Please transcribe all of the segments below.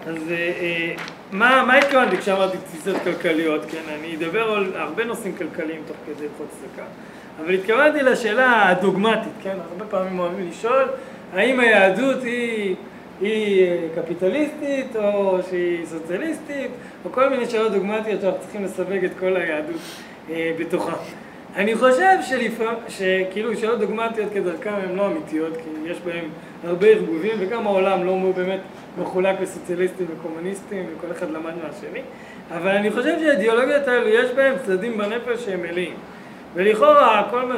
אז מה התכוונתי כשאמרתי תפיסות כלכליות? כן, אני אדבר על הרבה נושאים כלכליים תוך כדי הלכות צדקה, אבל התכוונתי לשאלה הדוגמטית, כן? הרבה פעמים אוהבים לשאול, האם היהדות היא קפיטליסטית או שהיא סוציאליסטית, או כל מיני שאלות דוגמטיות שאנחנו צריכים לסווג את כל היהדות בתוכה. אני חושב שכאילו שאלות דוגמטיות כדרכם הן לא אמיתיות, כי יש בהן הרבה ערבובים, וגם העולם לא באמת מחולק לסוציאליסטים וקומוניסטים, וכל אחד למד מהשני. אבל אני חושב שהאידיאולוגיות האלו יש בהן צדדים בנפש שהם מלאים. ולכאורה כל מה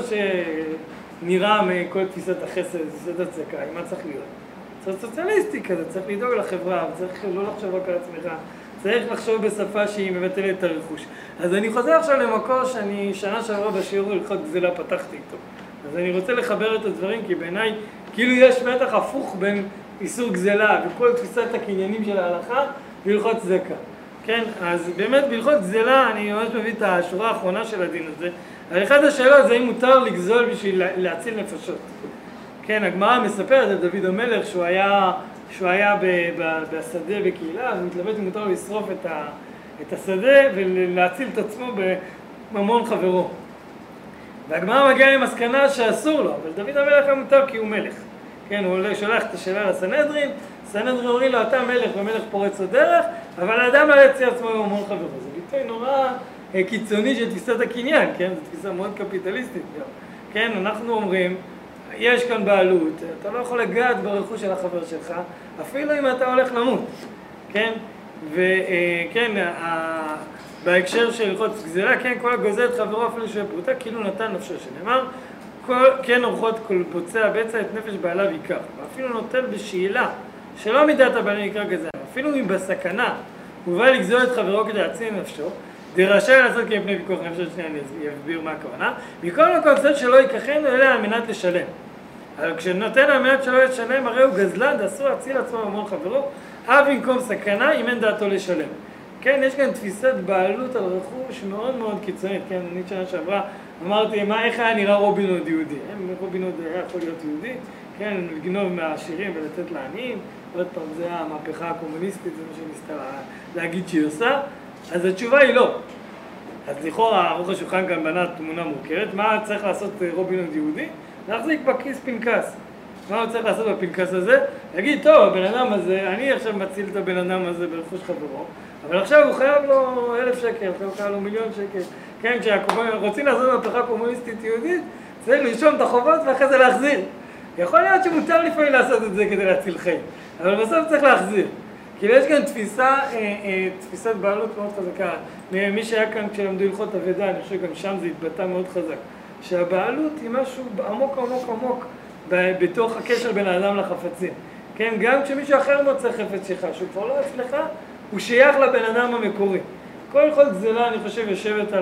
שנראה מכל תפיסת החסד, תפיסת הצדקה, מה צריך להיות? צריך סוציאליסטי כזה, צריך לדאוג לחברה, צריך לא לחשוב רק על עצמך, צריך לחשוב בשפה שהיא מבטלת את הרכוש. אז אני חוזר עכשיו למקור שאני שנה שעברה בשיעור הלכות גזלה פתחתי איתו. אז אני רוצה לחבר את הדברים, כי בעיניי כאילו יש מתח הפוך בין איסור גזלה וכל תפיסת הקניינים של ההלכה והלכות צדקה. כן, אז באמת בהלכות גזלה אני ממש מביא את השורה האחרונה של הדין הזה. אבל אחת השאלות זה אם מותר לגזול בשביל להציל נפשות. כן, הגמרא מספרת את דוד המלך שהוא היה בשדה בקהילה, אז הוא מתלבט אם מותר לשרוף את השדה ולהציל את עצמו בממון חברו. והגמרא מגיעה למסקנה שאסור לו, אבל דוד המלך היה מותר כי הוא מלך. כן, הוא שולח את השאלה לסנהדרין, סנהדרין אומרים לו, אתה מלך ומלך פורץ הדרך, אבל האדם לא יציע עצמו בממון חברו. זה ביטוי נורא קיצוני של תפיסת הקניין, כן? זו תפיסה מאוד קפיטליסטית גם. כן, אנחנו אומרים, יש כאן בעלות, אתה לא יכול לגעת ברכוש של החבר שלך, אפילו אם אתה הולך למות, כן? וכן, בהקשר של הלכות גזלה, כן, כל הגוזל את חברו אפילו של פרוטה, כאילו נתן נפשו, שנאמר, כן אורחות כל פוצע בצע את נפש בעליו ייקח, ואפילו נוטל בשאלה, שלא מידת הבעלים יקרא גזל, אפילו אם בסכנה, הוא בא לגזול את חברו כדי להציל נפשו, דרשאי לעשות כמפני פיקוח נפשו, שנייה אני אסביר מה הכוונה, מכל מקום צד שלא ייקחנו אלא על מנת לשלם. אבל כשנותן על מנת שלא ישלם, הרי הוא גזלן, אסור להציל עצמו בממון חברו, אף במקום סכנה, אם אין דעתו לשלם. כן, יש כאן תפיסת בעלות על רכוש מאוד מאוד קיצונית, כן, אני שנה שעברה אמרתי, איך היה נראה רובין הוד יהודי? רובין הוד היה יכול להיות יהודי, כן, לגנוב מהעשירים ולתת לעניים, עוד פעם, זה המהפכה הקומוניסטית, זה מה שניסתה להגיד שהיא עושה, אז התשובה היא לא. אז לכאורה, ערוך השולחן גם בנה תמונה מורכבת, מה צריך לעשות רובין הוד יהודי? להחזיק בכיס פנקס. מה הוא צריך לעשות בפנקס הזה? להגיד, טוב, הבן אדם הזה, אני עכשיו מציל את הבן אדם הזה ברכוש חברו, אבל עכשיו הוא חייב לו 1,000 שקל, הוא חייב לו 1,000,000 שקל. כן, כשרוצים לעשות מהפכה קומוניסטית יהודית, צריך לרשום את החובות ואחרי זה להחזיר. יכול להיות שמותר לפעמים לעשות את זה כדי להציל חיים, אבל בסוף צריך להחזיר. כי יש כאן תפיסת בעלות מאוד חזקה. מי שהיה כאן כשלמדו הלכות אבדה, אני חושב שגם שם זה התבטא מאוד חזק. שהבעלות היא משהו עמוק עמוק עמוק בתוך הקשר בין האדם לחפצים. כן, גם כשמישהו אחר מוצא חפץ שלך, שהוא כבר לא אצלך, הוא שייך לבן אדם המקורי. כל הלכות גזלה, אני חושב, יושבת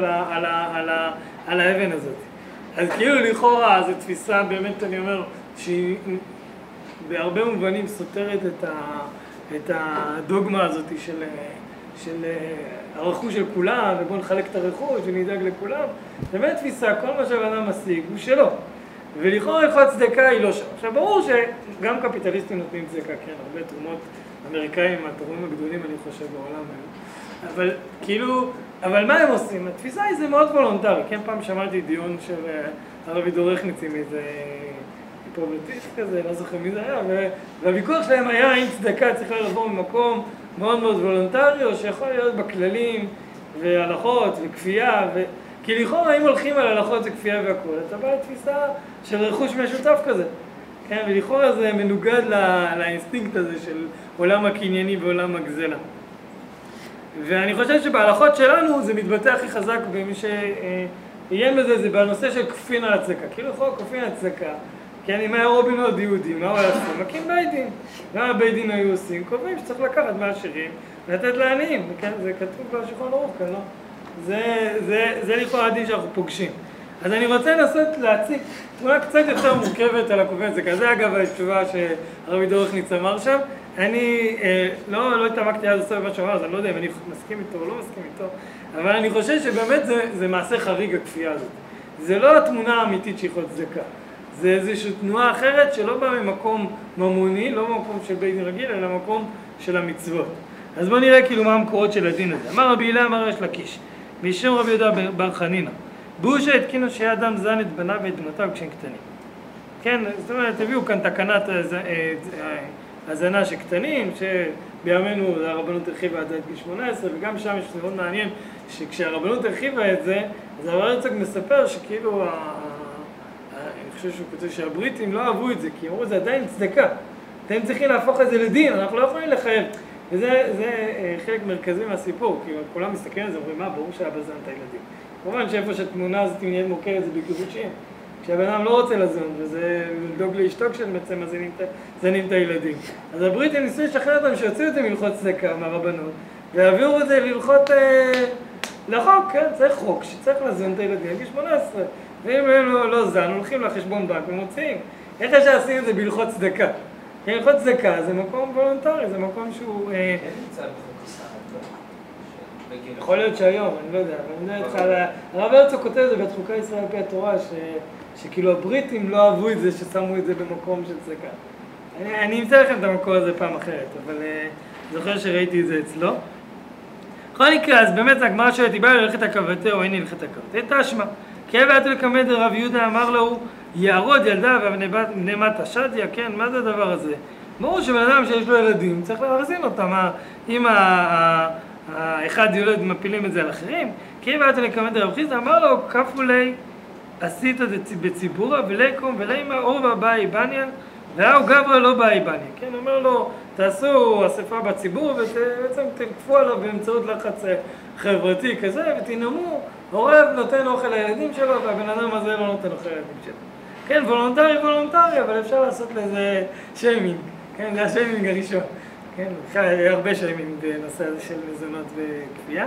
על האבן הזאת. אז כאילו לכאורה, זו תפיסה, באמת אני אומר, שהיא בהרבה מובנים סותרת את הדוגמה הזאת של הרכוש של כולם, ובואו נחלק את הרכוש ונדאג לכולם. זה באמת תפיסה, כל מה שהאדם משיג הוא שלו. ולכאורה הלכות צדקה היא לא שם. עכשיו ברור שגם קפיטליסטים נותנים צדקה, כן, הרבה תרומות אמריקאים, התורמים הגדולים אני חושב בעולם היום. אבל כאילו, אבל מה הם עושים? התפיסה היא זה מאוד וולונטרי. כן, פעם שמעתי דיון של הרבי דורכניצי מאיזה היפרובליטיסט כזה, לא זוכר מי זה היה, והוויכוח שלהם היה אם צדקה צריכה לבוא ממקום מאוד מאוד וולונטרי, או שיכול להיות בכללים והלכות וכפייה, כי לכאורה אם הולכים על הלכות זה כפייה והכל, אתה בא לתפיסה של רכוש משותף כזה. כן, ולכאורה זה מנוגד לאינסטינקט הזה של עולם הקנייני ועולם הגזלה. ואני חושב שבהלכות שלנו זה מתבטא הכי חזק במי שעיין בזה, זה בנושא של כופין על הצדקה. כאילו לכאורה כופין על הצדקה, כן, אם היה רובין הוד יהודי, מה הוא היה עושה? מקים בית דין. גם הבית דין היו עושים, קובעים שצריך לקחת מהעשירים ולתת לעניים. כן, זה כתוב בשולחן ערוך כאן, לא? זה לכאורה הדין שאנחנו פוגשים. אז אני רוצה לנסות להציג תמונה קצת יותר מורכבת על הכופין הצדקה. זה אגב התשובה שהרבי דורכניץ אמר שם. אני לא התעמקתי עד הסוף מה שאמר, אז אני לא יודע אם אני מסכים איתו או לא מסכים איתו, אבל אני חושב שבאמת זה מעשה חריג הכפייה הזאת. זה לא התמונה האמיתית שהיא הלכות צדקה. זה איזושהי תנועה אחרת שלא באה ממקום ממוני, לא ממקום של בית דין רגיל, אלא ממקום של המצוות. אז בואו נראה כאילו מה המקורות של הדין הזה. אמר רבי הילה אמר ריש לקיש, בשם רבי יהודה בר חנינא, בושה התקינו שיהיה אדם זן את בניו ואת בנותיו כשהם קטנים. כן, זאת אומרת, הביאו כאן תקנת הזנה שקטנים, שבימינו הרבנות הרחיבה עד גיל 18, וגם שם יש מאוד מעניין שכשהרבנות הרחיבה את זה, אז הרב הרצוג מספר שכאילו, אני חושב שהוא כותב שהבריטים לא אהבו את זה, כי אמרו, זה עדיין צדקה. אתם צריכים להפוך את זה לדין, אנחנו לא יכולים לחייב. וזה חלק מרכזי מהסיפור, כי כולם מסתכלים על זה, אומרים, מה, ברור שהאבא זן את הילדים. כמובן שאיפה שהתמונה הזאת נהיית מוכרת זה בקיבוצים. כשהבן אדם לא רוצה לזון, וזה לדאוג לאשתו כשבעצם זנים את הילדים. אז הבריטים ניסו לשכנע אותם שיוציאו אותם ללכות צדקה מהרבנות, ויעבירו את זה ללכות לחוק, כן? צריך חוק שצריך לזון את הילדים בגיל 18. ואם הם לא זן, הולכים לחשבון בנק ומוציאים. איך אפשר לעשות את זה בהלכות צדקה? הלכות צדקה זה מקום וולונטרי, זה מקום שהוא... אין נמצא בחוק הסעד, לא? יכול להיות שהיום, אני לא יודע, אבל אני יודע איתך, הרב הרצוג כותב את זה בית חוקי ישראל על פי התורה, שכאילו הבריטים לא אהבו את זה, ששמו את זה במקום של צדקה. אני אמצא לכם את המקור הזה פעם אחרת, אבל זוכר שראיתי את זה אצלו. בכל מקרה, אז באמת הגמרא שואלת, היא באה ללכת הקבתה או אין ללכת הקבתה? תשמע, כי היה באתו לקמד רב יהודה אמר לו, יערוד ילדה ובני מת השדיה, כן, מה זה הדבר הזה? ברור שבן אדם שיש לו ילדים, צריך להחזין אותם, אם האחד יולד מפילים את זה על אחרים, כי היה באתו לקמד רב חיסדא אמר לו, כפו לי, עשית בציבורה ולקום ולאמא אורבא באי בניה, והאו גברא לא באי בניה, כן, אומר לו, תעשו אספה בציבור ובעצם תקפו עליו באמצעות לחץ חברתי כזה ותנאמו, עורב נותן אוכל לילדים שלו והבן אדם הזה לא נותן אוכל לילדים שלו. כן, וולונטרי, אבל אפשר לעשות לזה שיימינג, כן, זה השיימינג הראשון. כן, היה הרבה שיימינג בנושא הזה של מזונות וכפייה.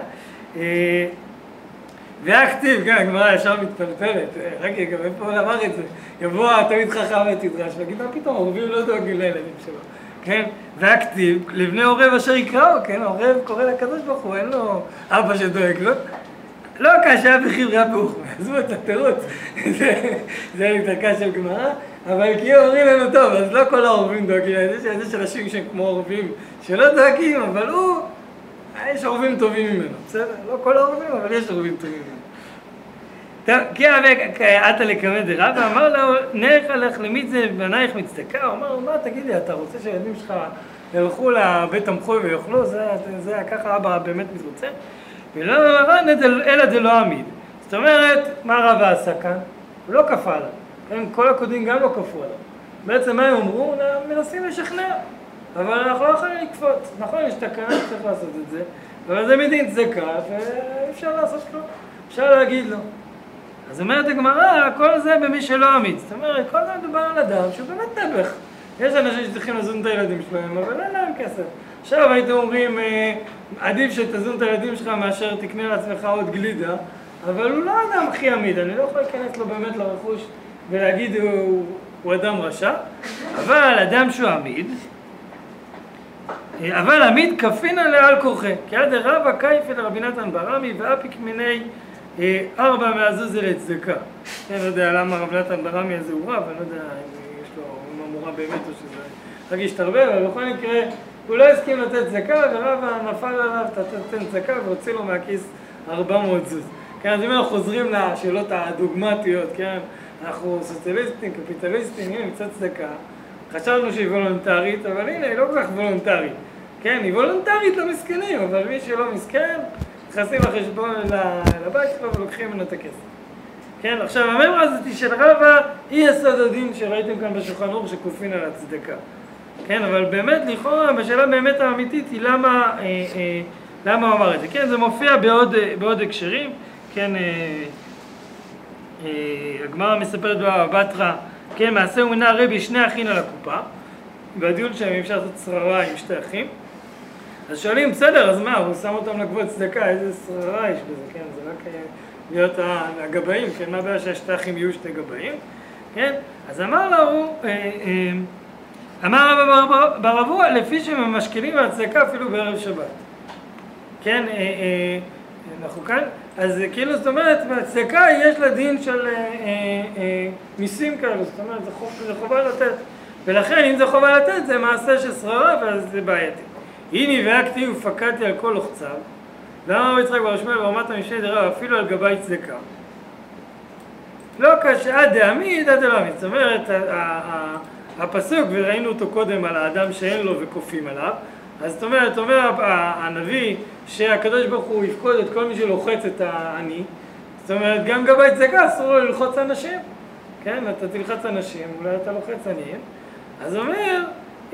והכתיב, כן, הגמרא ישר מתפלפלת, רק גם איפה הוא אמר את זה, יבוא תמיד חכם ותדרש, ויגיד, מה פתאום, עורבים לא דואגים לילדים שלו, כן? והכתיב, לבני עורב אשר יקראו, כן, עורב קורא לקדוש ברוך הוא, אין לו אבא שדואג לו. לא קשה בחברה באוכמה, עזבו את התירוץ, זה מתעקה של גמרא, אבל כי אומרים לנו טוב, אז לא כל העורבים דואגים, יש אנשים שהם כמו עורבים שלא דואגים, אבל יש עורבים טובים ממנו, בסדר? לא כל העורבים, אבל יש עורבים טובים ממנו. כי עתה לקמא דרבא, ואמר לו, נערך לך למיצה בנייך מצדקה, הוא אמר לו, מה תגידי, אתה רוצה שהילדים שלך ילכו לבית המחוי ויאכלו, זה ככה אבא באמת מתרוצה? ולא רבן אלא דלא עמיד. זאת אומרת, מה רבא עשה כאן? הוא לא כפה עליו. כל הקודמים גם לא כפו עליו. בעצם מה הם אמרו? מנסים לשכנע. אבל אנחנו לא יכולים לקפוץ. נכון, יש תקנה שצריך לעשות את זה, אבל זה מדין צדקה ואפשר לעשות כלום. אפשר להגיד לו. אז אומרת הגמרא, כל זה במי שלא עמיד. זאת אומרת, כל זה מדובר על אדם שהוא באמת נבח. יש אנשים שצריכים לזון את הילדים שלהם, אבל אין להם כסף. עכשיו הייתם אומרים, עדיף שתזון את הילדים שלך מאשר תקנה לעצמך עוד גלידה, אבל הוא לא אדם הכי עמיד, אני לא יכול להיכנס לו באמת לרכוש ולהגיד הוא אדם רשע, אבל אדם שהוא עמיד, אבל עמיד כפינא לעל כורחי, כי עד רבא קייפא לרבי נתן ברמי ואפיק מיני 4 מהזוז לצדקה. אני לא יודע למה רבי נתן ברמי הזה הוא רב, אני לא יודע אם יש לו אמורה באמת או שזה רק ישתרבה, אבל בכל מקרה הוא לא הסכים לתת צדקה, ורבא נפל עליו, תתן צדקה והוציא לו מהכיס 400 זוז. כן, אז אם אנחנו חוזרים לשאלות הדוגמטיות, כן, אנחנו סוציאליסטים, קפיטליסטים, הנה קצת צדקה, חשבנו שהיא וולונטרית, אבל הנה, היא לא כל כך וולונטרית. כן, היא וולונטרית למסכנים, אבל מי שלא מסכן, נכנסים לחשבון לבית שלו ולוקחים ממנו את הכסף. כן, עכשיו הממרה הזאת של רבא היא יסוד הדין שראיתם כאן בשולחן ערוך שכופין על הצדקה. כן, אבל באמת, לכאורה, בשאלה באמת האמיתית היא למה הוא אמר את זה. כן, זה מופיע בעוד הקשרים. כן, הגמרא מספרת בבטרה, כן, מעשה ומנה רבי 2 אחים על הקופה, והדיון שם אפשר לעשות שררה עם 2 אחים. אז שואלים, בסדר, אז מה, הוא שם אותם לגבות צדקה, איזה שררה יש בזה, כן, זה רק להיות הגבאים, כן, מה הבעיה ש2 אחים יהיו 2 גבאים, כן, אז אמר לו, אמר רבא בר אבוה, לפי שהם משכילים על הצדקה אפילו בערב שבת. כן, אנחנו כאן, אז כאילו זאת אומרת, בצדקה יש לה דין של מיסים כאלו, זאת אומרת, זה חובה לתת. ולכן אם זה חובה לתת, זה מעשה של שררה, ואז זה בעייתי. הנה והקתי ופקדתי על כל לוחציו, ואמר יצחק בר שמואל ברמת המשנה דרב אפילו על גבי צדקה. לא כשעד דעמיד עד דלעמיד. זאת אומרת, הפסוק, וראינו אותו קודם על האדם שאין לו וכופים עליו, אז זאת אומרת, אומר הנביא שהקדוש ברוך הוא יפקוד את כל מי שלוחץ את העני, זאת אומרת, גם גבי צדקה אסור לו ללחוץ אנשים, כן? אתה תלחץ אנשים, אולי אתה לוחץ עניים, אז אומר,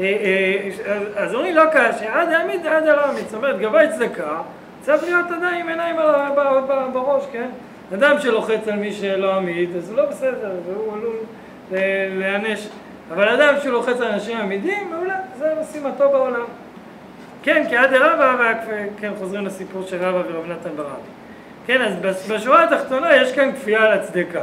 אז אומרים לא כשעד דעמיד עד דלעמיד. זאת אומרת, גבי צדקה צריך להיות אדם עם עיניים בראש, כן? אדם שלוחץ על מי שלא עמיד, אז הוא לא בסדר, והוא עלול להיענש. אבל אדם שלוחץ על אנשים עמידים, מעולה, זה משימתו בעולם. כן, כי עד רבא, כן, חוזרים לסיפור של רבא ורב נתן ברבי. כן, אז בשורה התחתונה יש כאן כפייה על הצדקה.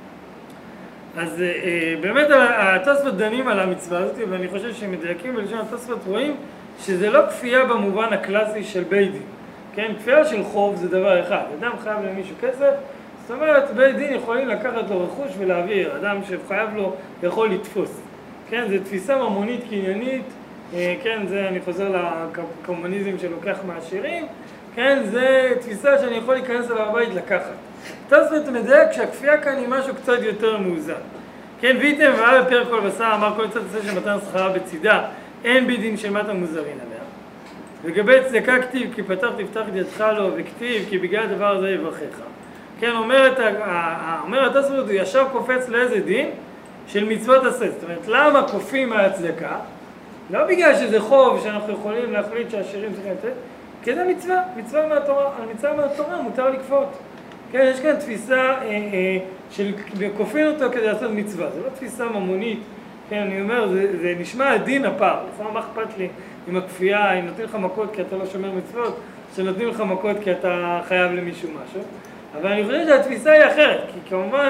אז באמת התוספות דנים על המצווה הזאת, ואני חושב שמדייקים בלשון התוספות רואים שזה לא כפייה במובן הקלאסי של בית דין. כן, כפייה של חוב זה דבר אחד. אדם חייב למישהו כסף, זאת אומרת, בית דין יכולים לקחת לו רכוש ולהעביר. אדם שחייב לו יכול לתפוס. כן, זה תפיסה ממונית קניינית, כן, זה אני חוזר לקומוניזם שלוקח מהעשירים, כן, זה תפיסה שאני יכול להיכנס אל הבית לקחת. תוספות מדייק שהכפייה כאן היא משהו קצת יותר מאוזן. כן, ויתם והיה בפרק כל בשר, אמר כל צד עושה שמתן שכרה בצידה, אין בית דין של מטה מוזרין עליה. לגבי צדקה כתיב, כי פתח תפתח את ידך לו, וכתיב, כי בגלל הדבר הזה יברכך. כן, אומר התוספות, הוא ישר קופץ לאיזה דין? של מצוות עשה. זאת אומרת, למה כופים על הצדקה? לא בגלל שזה חוב שאנחנו יכולים להחליט שהעשירים צריכים לתת, כי זה מצווה, מצווה מהתורה. על מצווה מהתורה מותר לקפות. כן, יש כאן תפיסה של כופים אותו כדי לעשות מצווה. זה לא תפיסה ממונית. כן, אני אומר, זה נשמע דין הפער. לפעמים מה אכפת לי עם הכפייה, אם נותנים לך מכות כי אתה לא שומר מצוות, שנותנים לך מכות כי אתה חייב למישהו משהו. אבל אני חושב שהתפיסה היא אחרת, כי כמובן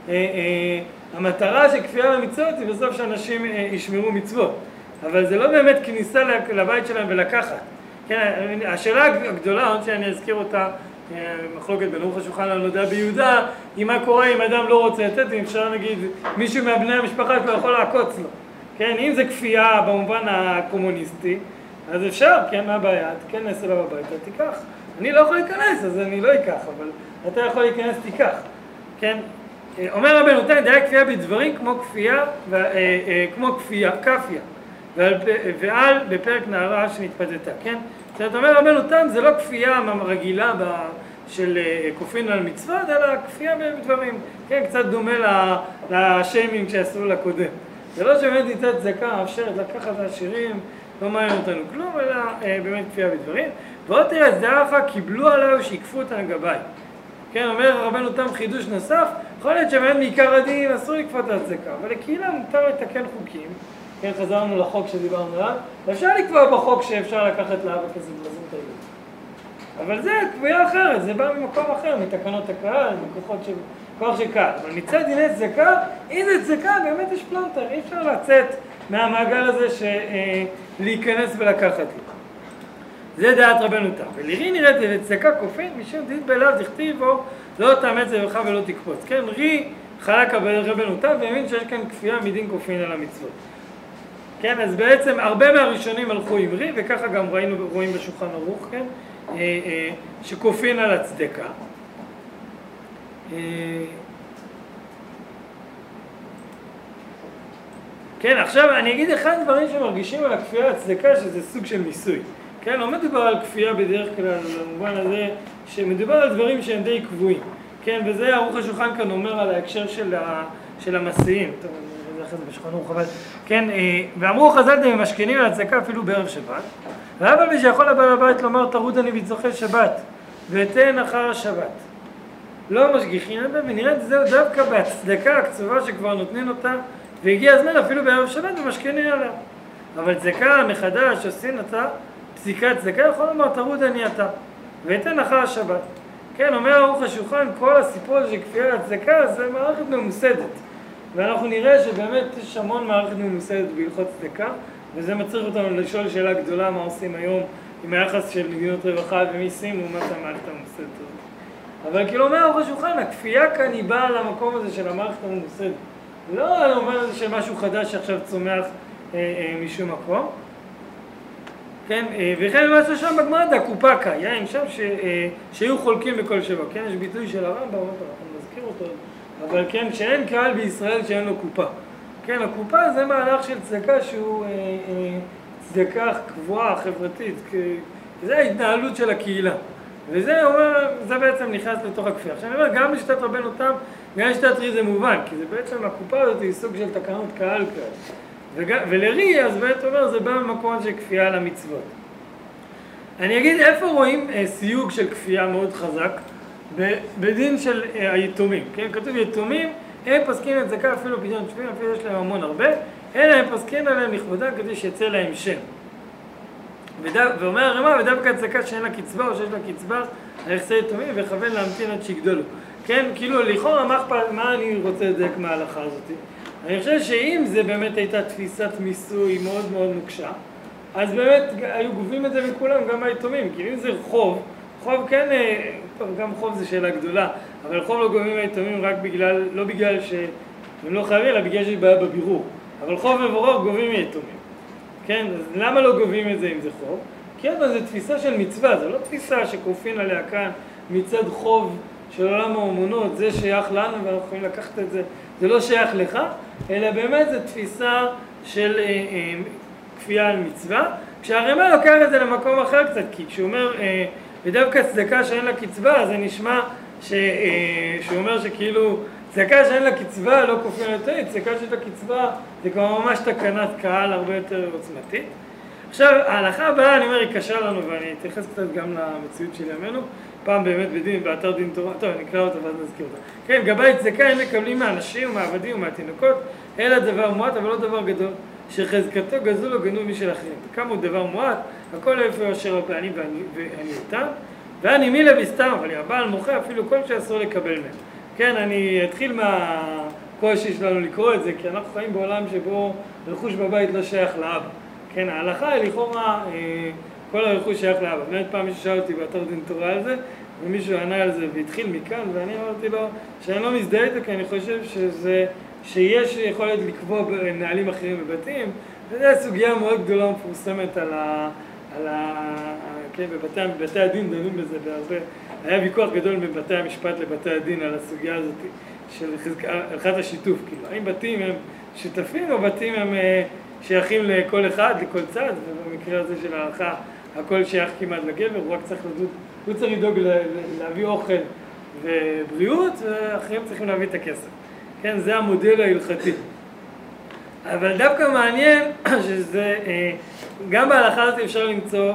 המטרה של כפייה במצוות היא בסוף שאנשים ישמרו מצוות. אבל זה לא באמת כניסה לבית שלהם ולקחת. כן, השאלה הגדולה, עוד שאני אזכיר אותה, מחלוקת בין אורך השולחן לנודע ביהודה, היא מה קורה אם אדם לא רוצה לתת, אם אפשר נגיד מישהו מהבני המשפחה שלו יכול לעקוץ לו. כן, אם זה כפייה במובן הקומוניסטי, אז אפשר, כן, מה הבעיה? תיכנס אליו הביתה, תיקח. אני לא יכול להיכנס, אז אני לא אקח, אבל אתה יכול להיכנס, תיקח. כן? אומר רבנו תם, דעה כפייה בדברים כמו כפייה, כפיה, ועל בפרק נערה שנתפתתה, כן? זאת אומרת, רבנו תם, זה לא כפייה רגילה של כופין על מצוות, אלא כפייה בדברים, כן? קצת דומה לשיימינג שעשו לקודם. זה לא שבאמת ניתת צדקה, מאפשרת לקחת לעשירים, לא מעניין אותנו כלום, אלא באמת כפייה בדברים. ועוד תראה, את דעה אחת קיבלו עליו שיקפו אותנו גבי. כן, אומר רבנו תם חידוש נוסף, יכול להיות שבאמת מעיקר הדין אסור לקפות על צדקה, אבל לקהילה מותר לתקן חוקים, כן, חזרנו לחוק שדיברנו עליו, ואפשר לקבוע בחוק שאפשר לקחת לאבא כזה ולזים את הילד. אבל זה קביעה אחרת, זה בא ממקום אחר, מתקנות הקהל, מכוח של קהל. אבל מצד דיני צדקה, אם זה צדקה, באמת יש פלונטר, אי אפשר לצאת מהמעגל הזה להיכנס ולקחת לי. זה דעת רבנו תם. ולירי נראית לצדקה כופין, משום דין בלב דכתיב בו, לא תאמץ לבך ולא תקפוץ. כן, רי חלק רבנו תם, והאמין שיש כאן כפייה מדין כופין על המצוות. כן, אז בעצם הרבה מהראשונים הלכו עם רי, וככה גם רואים בשולחן ערוך, כן, שכופין על הצדקה. כן, עכשיו אני אגיד אחד הדברים שמרגישים על הכפייה הצדקה, שזה סוג של מיסוי. כן, לא מדובר על כפייה בדרך כלל, במובן הזה שמדובר על דברים שהם די קבועים. כן, וזה ערוך השולחן כאן אומר על ההקשר של המסיעים. טוב, אני לא אחרי זה בשולחן ערוך, אבל כן, ואמרו חז"ל די משכנים על הצדקה אפילו בערב שבת, ואף מי שיכול לבעל הבית לומר תרוד אני בצורכי שבת, ותן אחר השבת. לא משגיחים, ונראה את זה דווקא בהצדקה הקצובה שכבר נותנים אותה, והגיע הזמן אפילו בערב שבת ומשכנים עליה. אבל צדקה מחדש עושים אותה, פסיקת צדקה יכול לומר תרוד אני אתה, ותן אחר השבת. כן, אומר ערוך השולחן, כל הסיפור של כפייה הצדקה זה מערכת ממוסדת. ואנחנו נראה שבאמת יש המון מערכת ממוסדת בהלכות צדקה, וזה מצריך אותנו לשאול שאלה גדולה מה עושים היום עם היחס של מדינות רווחה ומיסים לעומת המערכת הממוסדת הזאת. אבל כאילו אומר ערוך השולחן, הכפייה כאן היא באה למקום הזה של המערכת הממוסדת. לא על המובן הזה של משהו חדש שעכשיו צומח משום מקום. כן, וכן מה ששם בגמרא זה הקופקה, יין שם שהיו חולקים בכל שבע, כן, יש ביטוי של הרמב"ם, אני מזכיר אותו, אבל כן, שאין קהל בישראל שאין לו קופה. כן, הקופה זה מהלך של צדקה שהוא צדקה קבועה, חברתית, זה ההתנהלות של הקהילה. וזה אומר, זה בעצם נכנס לתוך הכפייה. עכשיו אני אומר, גם לשיטת רבנו תם, גם לשיטת רי זה מובן, כי זה בעצם הקופה הזאת היא סוג של תקנות קהל כאלה. ולרי, אז בעצם אומר, זה בא במקום של כפייה על המצוות. אני אגיד איפה רואים סיוג של כפייה מאוד חזק, בדין של היתומים, כן? כתוב יתומים, הם פסקים את צדקה אפילו פדיון שבויים, אפילו יש להם המון הרבה, אלא הם פסקים עליהם לכבודם כדי שיצא להם שם. ואומר הרמ"א, ודווקא הצדקה שאין לה קצבה או שיש לה קצבה, היחסי יתומים, וכוון להמתין עד שיגדלו. כן, כאילו לכאורה מה אני רוצה לדייק מההלכה הזאת? אני חושב שאם זה באמת הייתה תפיסת מיסוי מאוד מאוד נוקשה, אז באמת היו גובים את זה מכולם, גם היתומים, כי אם זה חוב כן, גם חוב זה שאלה גדולה, אבל חוב לא גובים היתומים רק בגלל, לא בגלל שהם לא חייבים, אלא בגלל שיש בעיה בבירור. אבל חוב מבורר גובים מיתומים. כן, אז למה לא גובים את זה אם זה חוב? כי זו תפיסה של מצווה, זו לא תפיסה שכופין עליה כאן מצד חוב של עולם האמונות, זה שייך לנו ואנחנו יכולים לקחת את זה, זה לא שייך לך, אלא באמת זו תפיסה של כפייה על מצווה, כשהרמ"א לוקח את זה למקום אחר קצת, כי כשהוא אומר, ודווקא צדקה שאין לה קצבה, זה נשמע שהוא אומר שכאילו צדקה שאין לה קצבה לא כופין יותר, צדקה שיש לה קצבה זה כבר ממש תקנת קהל הרבה יותר עוצמתית. עכשיו, ההלכה הבאה, אני אומר, היא קשה לנו, ואני אתייחס קצת גם למציאות של ימינו, פעם באמת בדין, באתר דין תורה, טוב, אני אקרא אותה ואז נזכיר אותה. כן, גבאי צדקה הם מקבלים מהאנשים ומהעבדים ומהתינוקות, אלא דבר מועט, אבל לא דבר גדול, שחזקתו גזול או גנוב משל אחרים. כמה הוא דבר מועט, הכל איפה אשר הפעני ועניותם, ועני בסתם, אבל אם הבעל מוחה אפילו כל שאסור לקבל מהם. כן, אני אתחיל מהקושי שלנו לקרוא את זה, כי אנחנו חיים בעולם שבו רכוש בבית לא שייך לאבא. כן, ההלכה היא לכאורה, כל הרכוש שייך לאבא. באמת פעם מישהו שאל אותי באתר דין תורה על זה, ומישהו ענה על זה והתחיל מכאן, ואני אמרתי לו שאני לא מזדהה איתו, כי אני חושב שיש יכולת לקבוע בנהלים אחרים בבתים, וזו סוגיה מאוד גדולה ומפורסמת כן, בבתי הדין דנים בזה בהרבה. היה ויכוח גדול בבתי המשפט לבתי הדין על הסוגיה הזאת של הלכת השיתוף. כאילו, האם בתים הם שותפים או בתים הם שייכים לכל אחד, לכל צד, ובמקרה הזה של ההלכה הכל שייך כמעט לגבר, הוא רק צריך לדוד, הוא צריך לדאוג להביא אוכל ובריאות, ואחרים צריכים להביא את הכסף. כן, זה המודל ההלכתי. אבל דווקא מעניין שזה, גם בהלכה הזאת אפשר למצוא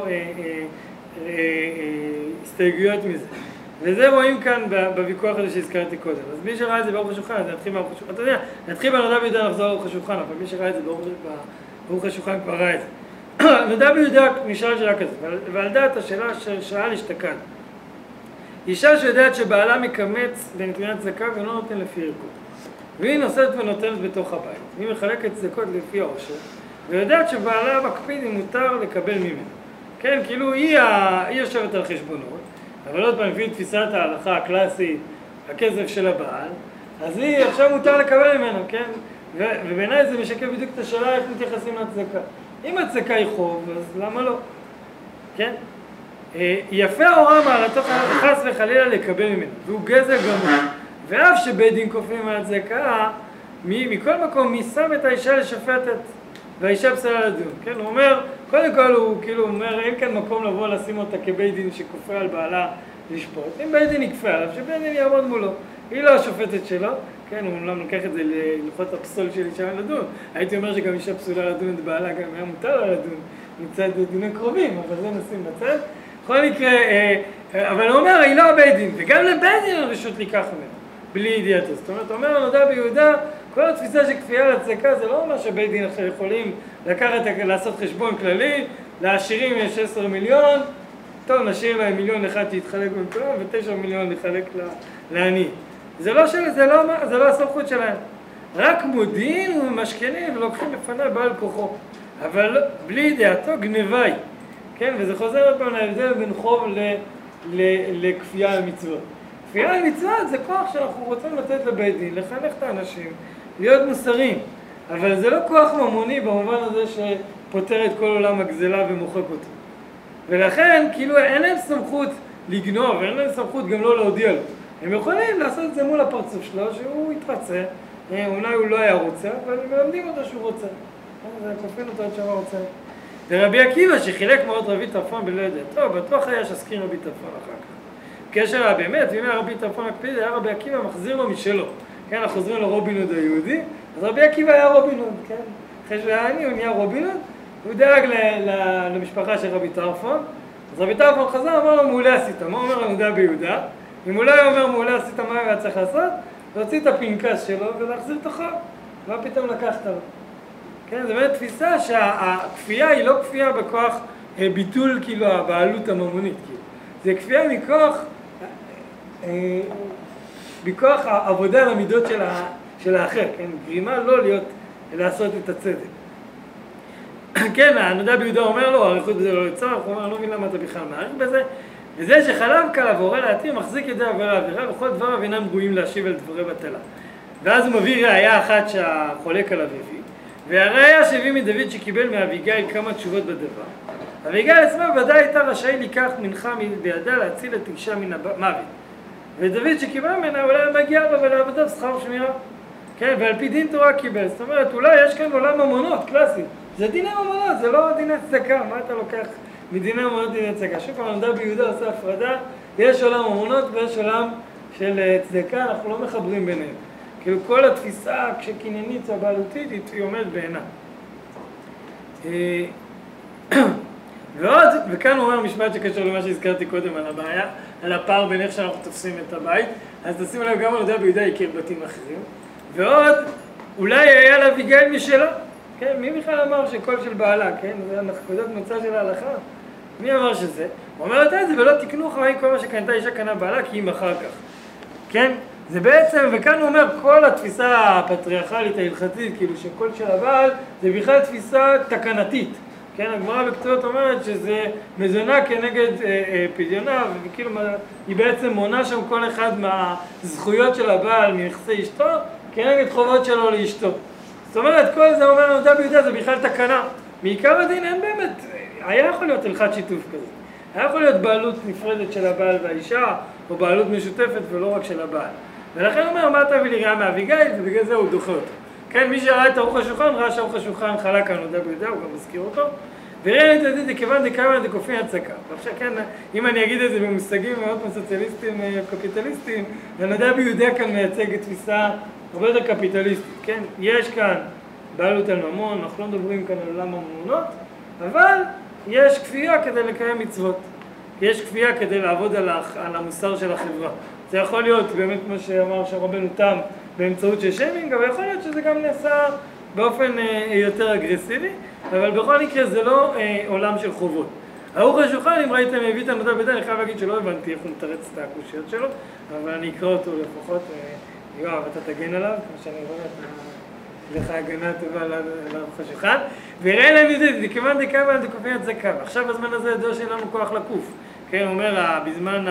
הסתייגויות מזה. וזה רואים כאן בוויכוח הזה שהזכרתי קודם. אז מי שראה את זה באורך השולחן, אז נתחיל באורך השולחן. אתה יודע, נתחיל בנדב יהודה לחזור לאורך השולחן, אבל מי שראה את זה באורך השולחן כבר ראה את זה. נדב יהודה נשאל שאלה כזאת, ועל דעת השאלה ששאל השתקן. אישה שיודעת שבעלה מקמץ בנתינת צדקה ולא נותן לפי ערכו. והיא נושאת ונותנת בתוך הבית. היא מחלקת צדקות לפי העושר, ויודעת שבעלה מקפיד אם מותר לקבל ממנו. כן, כאילו היא יושבת על חשבונות, אבל עוד פעם, לפי תפיסת ההלכה הקלאסית, הכסף של הבעל, אז היא עכשיו מותר לקבל ממנו, כן? ובעיניי זה משקף בדיוק את השאלה איך מתייחסים לצדקה. אם הצדקה היא חוב, אז למה לא? כן? יפה הוראה מעלתו חס וחלילה לקבל ממנו, והוא גזל גמור. ואף שבית דין כופים על הצדקה, מכל מקום מי שם את האישה לשפטת, והאישה פסלה לדון. כן? הוא אומר, קודם כל הוא כאילו אומר, אין כאן מקום לבוא לשים אותה כבית דין שכופה על בעלה לשפוט. אם בית דין יקפה עליו, שבית דין יעמוד מולו. היא לא השופטת שלו, כן, הוא לא לוקח את זה ללכות הפסול של אישה לדון. הייתי אומר שגם אישה פסולה לדון את בעלה, גם היה מותר לה לדון מצד דיני קרובים, אבל זה נשים בצד. בכל מקרה, אבל הוא אומר, היא לא בית דין, וגם לבית דין הרשות לקח ממנו, בלי ידיעתו. זאת אומרת, הוא אומר, נודע ביהודה, כל התפיסה של כפייה על הצדקה זה לא אומר שבית דין אחר יכולים לעשות חשבון כללי, לעשירים יש 10 מיליון, טוב, נשאיר להם 1 מיליון אחד שיתחלק בין כולם, ו9 מיליון לחלק לעני. זה לא הסמכות שלהם. רק מודיעין ומשכנים ולוקחים בפניו בעל כוחו. אבל בלי ידיעתו גנבי. כן, וזה חוזר עוד פעם להבדל בין חוב לכפייה על מצוות. כפייה על מצוות זה כוח שאנחנו רוצים לתת לבית דין, לחנך את האנשים, להיות מוסריים. אבל זה לא כוח ממוני במובן הזה שפותר את כל עולם הגזלה ומוחק אותו. ולכן כאילו אין להם סמכות לגנוב, אין להם סמכות גם לא להודיע לו. הם יכולים לעשות את זה מול הפרצוף שלו, שהוא יתרצה, אולי הוא לא היה רוצה, אבל מלמדים אותו שהוא רוצה. זה כופין אותו עד שהוא רוצה. ורבי עקיבא שחילק מאוד רבי טרפון בלא יודע, טוב, בטוח היה שזכיר רבי טרפון אחר כך. קשר היה באמת, ואם היה רבי טרפון מקפיד, היה רבי עקיבא מחזיר לו משלו. כן, אנחנו חוזרים לרובין הוד היהודי, אז רבי עקיבא היה רובין הוד, כן? אחרי שהוא היה עני, הוא נהיה רובין הוד, הוא דאג למשפחה של רבי טרפון, אז רבי טרפון חזר, אמר לו, מעולה עשית, מה אומר הנודע ביהודה? אם הוא לא היה אומר מעולה עשית, מה היה צריך לעשות? להוציא את הפנקס שלו ולהחזיר את החוב. מה פתאום לקחת לו? כן, זו באמת תפיסה שהכפייה היא לא כפייה בכוח ביטול כאילו הבעלות הממונית, כאילו. זה כפייה מכוח העבודה על המידות של האחר, כן? גרימה לא לעשות את הצדק. כן, הנודע ביהודה אומר לו, העריכות בזה לא לצורך, הוא אומר, לא מבין למה אתה בכלל מעריך בזה, וזה שחלב קלה והורה להתיר מחזיק ידי עבירה עבירה, וכל דבריו אינם ראויים להשיב על דברי בטלה. ואז הוא מביא ראיה אחת שהחולק עליו הביא, והראיה שהביא מדוד שקיבל מאביגיל כמה תשובות בדבר. אביגיל עצמה ודאי הייתה רשאי לקח מנחה בידה להציל את אישה מן המוות. ודוד שקיבל ממנה אולי מגיע לו ולעבודה שכר שמירה. כן, ועל פי דין תורה קיבל. זאת אומרת, אולי יש כאן עולם ממונות, קלאסי. זה דיני ממונות, זה לא דיני צדקה. מה אתה לוקח מדיני ממונות דיני צדקה? שוב, הנודע ביהודה עושה הפרדה. יש עולם ממונות ויש עולם של צדקה, אנחנו לא מחברים ביניהם. כאילו כל התפיסה כשקניינית והבעלותית היא עומדת בעינה. ועוד, וכאן הוא אומר משפט שקשור למה שהזכרתי קודם על הבעיה, על הפער בין איך שאנחנו תופסים את הבית, אז תשימו לב, גם הנודע ביהודה הכיר בתים אחרים, ועוד, אולי היה לה אביגיל משלה, כן? מי בכלל אמר שקול של בעלה, כן? זה נקודת מוצא של ההלכה. מי אמר שזה? הוא אומר אותה את זה, ולא תקנו חיים כל מה שקנתה אישה קנה בעלה, כי אם אחר כך. כן? זה בעצם, וכאן הוא אומר, כל התפיסה הפטריארכלית ההלכתית, כאילו שקול של הבעל, זה בכלל תפיסה תקנתית. כן, הגמרא בכתובות אומרת שזה מזונה כנגד פדיונה, וכאילו היא בעצם מונה שם כל אחד מהזכויות של הבעל מנכסי אשתו, כנגד חובות שלו לאשתו. זאת אומרת, כל זה אומר הנודע ביהודה, זה בכלל תקנה. מעיקר הדין אין באמת, היה יכול להיות הלכת שיתוף כזה. היה יכול להיות בעלות נפרדת של הבעל והאישה, או בעלות משותפת ולא רק של הבעל. ולכן הוא אומר, מה תביא לי רעה מאביגיל, ובגלל זה הוא דוחה אותו. כן, מי שראה את ערוך השולחן, ראה שערוך השולחן חלק הנודע ביהודה, הוא גם מזכיר אותו. וראה את זה דכיוון דקיימא דכופין הצדקה. ועכשיו כן, אם אני אגיד את זה במושגים מאוד סוציאליסטיים, קפיטליסטיים, הנודע ביהודה כאן מייצג תפיסה הרבה יותר קפיטליסטית, כן? יש כאן בעלות על ממון, אנחנו לא מדברים כאן על עולם הממונות, אבל יש כפייה כדי לקיים מצוות. יש כפייה כדי לעבוד על המוסר של החברה. זה יכול להיות באמת כמו שאמר שרבנו תם באמצעות של שיימינג, אבל יכול להיות שזה גם נעשה באופן יותר אגרסיבי, אבל בכל מקרה זה לא עולם של חובות. ערוך השולחן, אם ראיתם הביא את הנודע ביהודה, אני חייב להגיד שלא הבנתי איך הוא מתרץ את הקושיות שלו, אבל אני אקרא אותו לפחות, יואב, אתה תגן עליו, כמו שאני רואה, לך הגנה טובה על ערוך השולחן, וראה להם ידיד, דכיוון דקיימא דכופין הצדקה. עכשיו בזמן הזה ידוע שאין לנו כוח לקוף. כן, הוא אומר, בזמן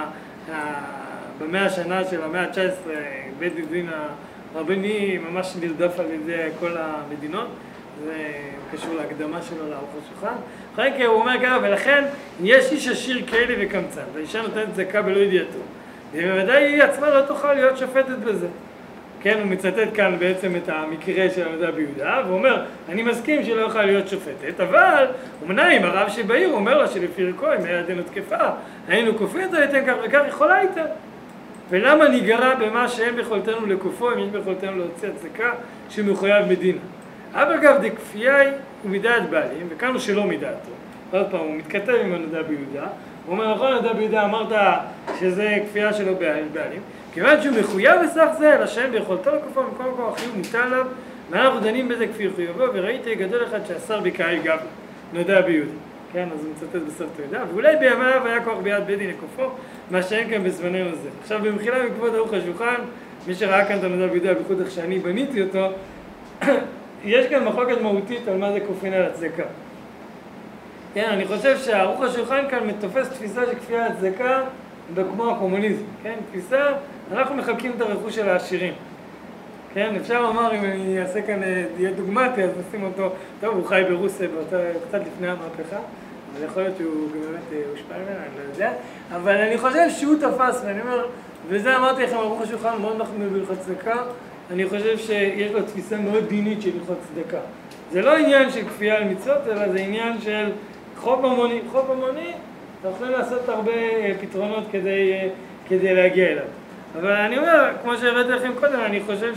במאה השנה של המאה ה-19, בית דין הרבני ממש נרדף על ידי כל המדינות, זה קשור להקדמה שלו לערוך השולחן. אחרי כן הוא אומר ככה, ולכן יש איש עשיר כאלה וקמצן, והאישה נותנת צדקה בלא ידיעתו, ובוודאי היא עצמה לא תוכל להיות שופטת בזה. כן, הוא מצטט כאן בעצם את המקרה של הנודע ביהודה, והוא אומר, אני מסכים שלא יכולה להיות שופטת, אבל אמנם הרב שבעיר אומר לה שלפי ערכו, אם היה ידנו תקפה, היינו כופים אותו ליתן כך וכך, יכולה איתה. ולמה ניגרע במה שאין ביכולתנו לקופו, אם יש ביכולתנו להוציא הצדקה שמחויב מדינה. אבל אגב, דכפייה היא מדעת בעלים, וכאן הוא שלא מדעתו. עוד פעם, הוא מתכתב עם הנודע ביהודה, הוא אומר, נכון, הנודע ביהודה, אמרת שזה כפייה שלו בעלים, כיוון שהוא מחויב בסך זה, אלא שאין ביכולתו לקופו, במקום מקום החיוב מוטל עליו, ואנחנו דנים בזה כפי חיובו, וראיתי גדול אחד שאסר בקהל גב, נודע ביהודה. כן, אז הוא מצטט בסוף תעודה, ואולי בימיו היה כוח ביד בית דין לקופו, מה שאין כאן בזמננו זה. עכשיו, במחילה מכבוד ערוך השולחן, מי שראה כאן את הנודע ביהודה, בייחוד איך שאני בניתי אותו, יש כאן מחלוקת מהותית על מה זה כופין על הצדקה. כן, אני חושב שערוך השולחן כאן תופס תפיסה של כפייה על הצדקה כמו הקומוניזם. כן, תפיסה, אנחנו מחלקים את הרכוש של העשירים. כן, אפשר לומר, אם אני אעשה כאן, יהיה דוגמטי, אז נשים אותו, טוב, הוא חי ברוסיה, קצת לפני המהפכה, אבל יכול להיות שהוא באמת הושפע ממנו, אני לא יודע. אבל אני חושב שהוא תפס, ואני אומר, וזה אמרתי לכם, ברוך השולחן מאוד מחמיר בהלכות צדקה, אני חושב שיש לו תפיסה מאוד דינית של הלכות צדקה. זה לא עניין של כפייה על מצוות, אלא זה עניין של חוב ממוני. חוב ממוני, אנחנו יכולים לעשות הרבה פתרונות כדי להגיע אליו. אבל אני אומר, כמו שהראיתי לכם קודם, אני חושב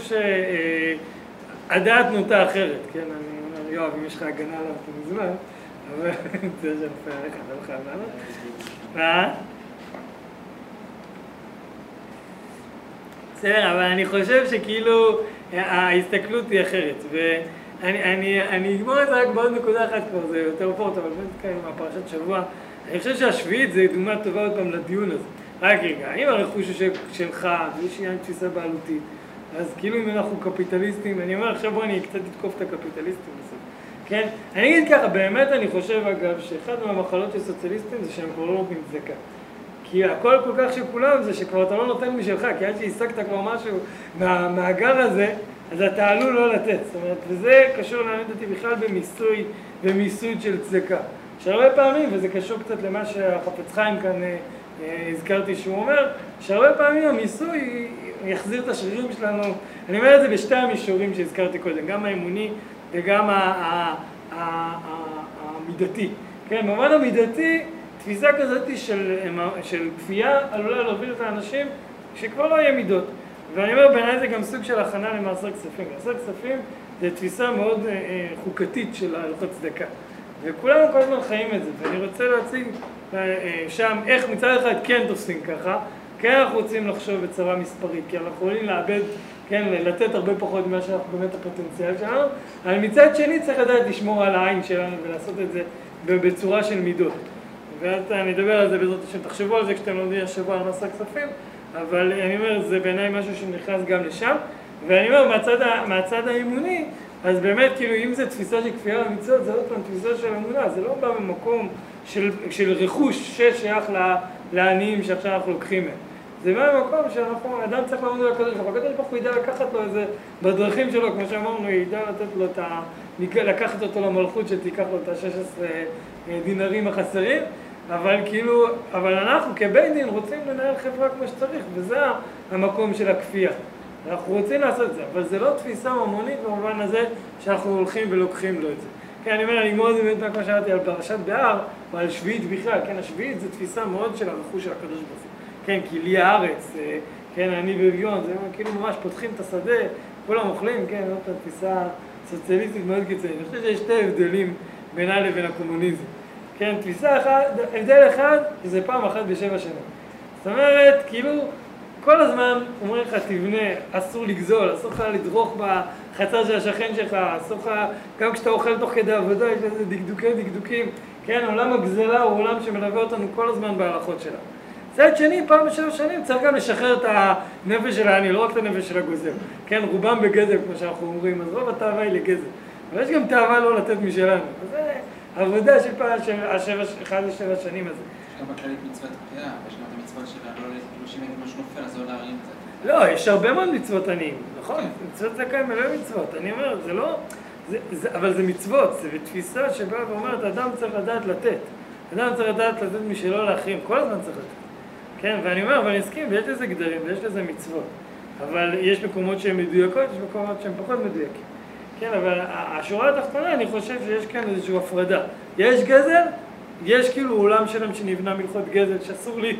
שהדעת נוטה אחרת, כן? אני אומר, יואב, אם יש לך הגנה עליו, אתה מזמן, אבל זה שנופע עליך, אתה לא חייב לענות. מה? בסדר, אבל אני חושב שכאילו ההסתכלות היא אחרת, ואני אגמור את זה רק בעוד נקודה אחת כבר, זה יותר פורט, אבל באמת כאן עם הפרשת שבוע, אני חושב שהשביעית זה דוגמה טובה עוד פעם לדיון הזה. רק רגע, אם הרכוש שלך, ויש עניין תפיסה בעלותית, אז כאילו אם אנחנו קפיטליסטים, אני אומר עכשיו בוא אני קצת אתקוף את הקפיטליסטים בסוף, כן? אני אגיד ככה, באמת אני חושב אגב שאחד מהמחלות של סוציאליסטים זה שהם כבר לא נותנים צדקה. כי הכל כל כך של כולם זה שכבר אתה לא נותן משלך, כי עד שהשגת כבר משהו מהמאגר הזה, אז אתה עלול לא לתת. זאת אומרת, וזה קשור להעמיד אותי בכלל במיסוד של צדקה. שהרבה פעמים, וזה קשור קצת למה שהחפץ חיים כאן הזכרתי שהוא אומר, שהרבה פעמים המיסוי יחזיר את השרירים שלנו, אני אומר את זה בשתי המישורים שהזכרתי קודם, גם האמוני וגם המידתי. כן, במובן המידתי, תפיסה כזאת של כפייה עלולה להוביל את האנשים שכבר לא יהיה מידות. ואני אומר, בעיניי זה גם סוג של הכנה למעשר כספים. מעשר כספים זה תפיסה מאוד חוקתית של הלכות צדקה. וכולנו כל הזמן חיים את זה, ואני רוצה להציג שם איך מצד אחד כן תופסים ככה, כן אנחנו רוצים לחשוב בצורה מספרית, כי אנחנו יכולים לאבד, כן, לתת הרבה פחות ממה שאנחנו באמת הפוטנציאל שלנו, אבל מצד שני צריך לדעת לשמור על העין שלנו ולעשות את זה בצורה של מידות. ואז אני אדבר על זה בעזרת השם, תחשבו על זה כשאתם לומדים השבוע על מעשר כספים, אבל אני אומר, זה בעיניי משהו שנכנס גם לשם, ואני אומר, מהצד האמוני, אז באמת, כאילו, אם זה תפיסה של כפייה למצוות, זה עוד פעם תפיסה של אמונה, זה לא בא ממקום של רכוש ששייך לעניים שעכשיו אנחנו לוקחים מהם. זה בא ממקום שאנחנו, אדם צריך לעמוד על הקדוש ברוך הוא, הקדוש ברוך הוא ידע לקחת לו איזה, בדרכים שלו, כמו שאמרנו, ידע לתת לו לקחת אותו למלכות שתיקח לו את ה-16 דינרים החסרים, אבל כאילו, אבל אנחנו כבית דין רוצים לנהל חברה כמו שצריך, וזה המקום של הכפייה. אנחנו רוצים לעשות את זה, אבל זה לא תפיסה ממונית במובן הזה שאנחנו הולכים ולוקחים לו את זה. כן, אני אומר, אני מאוד באמת כמו שאמרתי על פרשת בהר, או על שביעית בכלל, כן, השביעית זה תפיסה מאוד של הרכוש של הקדוש ברוך הוא. כן, כי לי הארץ, כן, אני ואביון, זה כאילו ממש פותחים את השדה, כולם אוכלים, כן, זאת תפיסה סוציאליסטית מאוד קיצונית. אני חושב שיש שתי הבדלים בינה לבין הקומוניזם. כן, תפיסה אחת, הבדל אחד, זה פעם אחת בשבע שנים. זאת אומרת, כאילו, כל הזמן אומרים לך, תבנה, אסור לגזול, אסור לך לדרוך בחצר של השכן שלך, אסור לך, גם כשאתה אוכל תוך כדי עבודה, יש לזה דקדוקים, כן, עולם הגזלה הוא עולם שמלווה אותנו כל הזמן בהלכות שלה. צד שני, פעם בשבע שנים צריך גם לשחרר את הנפש של העני, לא רק את הנפש של הגוזל, כן, רובם בגזל, כמו שאנחנו אומרים, אז רוב התאווה היא לגזל, אבל יש גם תאווה לא לתת משלנו, אז זה עבודה של פעם, של אחד לשבע שנים הזה. יש גם בכללית מצוות קריאה, יש גם את המצוות שלה, לא שאם יגיד משהו נופל, אז לא להרים את זה. לא, יש הרבה מאוד מצוות עניים, נכון? מצוות זכאי מלא מצוות, אני אומר, זה לא, אבל זה מצוות, זה בתפיסה שבאה ואומרת, אדם צריך לדעת לתת, אדם צריך לדעת לתת משלו לאחרים, כל הזמן צריך לתת. כן, ואני אומר, אבל אני אסכים, ויש לזה גדרים, ויש לזה מצוות, אבל יש מקומות שהן מדויקות, יש מקומות שהן פחות מדויקים. כן, אבל השורה התחתונה, אני חושב שיש כאן איזושהי הפרדה. יש גזל, יש כאילו עולם שלם שנבנה מלכות גזל, שאסור לי,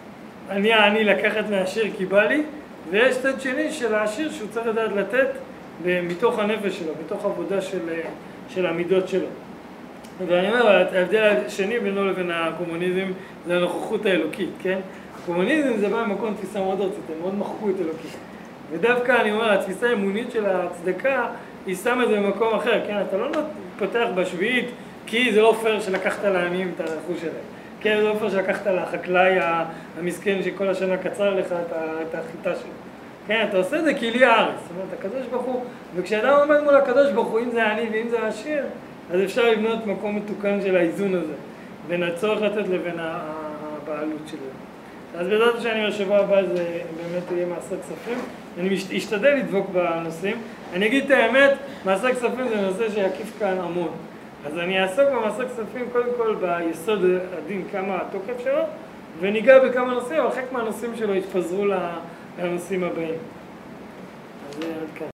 אני לקחת מהעשיר כי בא לי, ויש צד שני של העשיר שהוא צריך לדעת לתת מתוך הנפש שלו, מתוך עבודה של המידות שלו. ואני אומר, ההבדל השני בינו לבין הקומוניזם זה הנוכחות האלוקית, כן? הקומוניזם זה בא ממקום תפיסה מאוד ארצית, הם מאוד מחקו את אלוקית. ודווקא אני אומר, התפיסה האמונית של הצדקה, היא שמה את זה במקום אחר, כן? אתה לא פותח בשביעית, כי זה לא פייר שלקחת לעניים את הרכוש שלהם. כן, זה לא פייר שלקחת לחקלאי המסכן שכל השנה קצר לך את החיטה שלו. כן, אתה עושה את זה כי לי הארץ. זאת אומרת, הקדוש ברוך הוא, וכשאדם עומד מול הקדוש ברוך הוא, אם זה העני ואם זה העשיר, אז אפשר לבנות מקום מתוקן של האיזון הזה, בין הצורך לתת לבין הבעלות שלו. אז בעזרת השם אני בשבוע הבא זה באמת יהיה מעשר כספים. אני אשתדל לדבוק בנושאים. אני אגיד את האמת, מעשר כספים זה נושא שיקיף כאן המון. אז אני אעסוק במעשר כספים קודם כל ביסוד הדין, כמה התוקף שלו, וניגע בכמה נושאים, אבל חלק מהנושאים שלו יתפזרו לנושאים הבאים. אז עד כאן.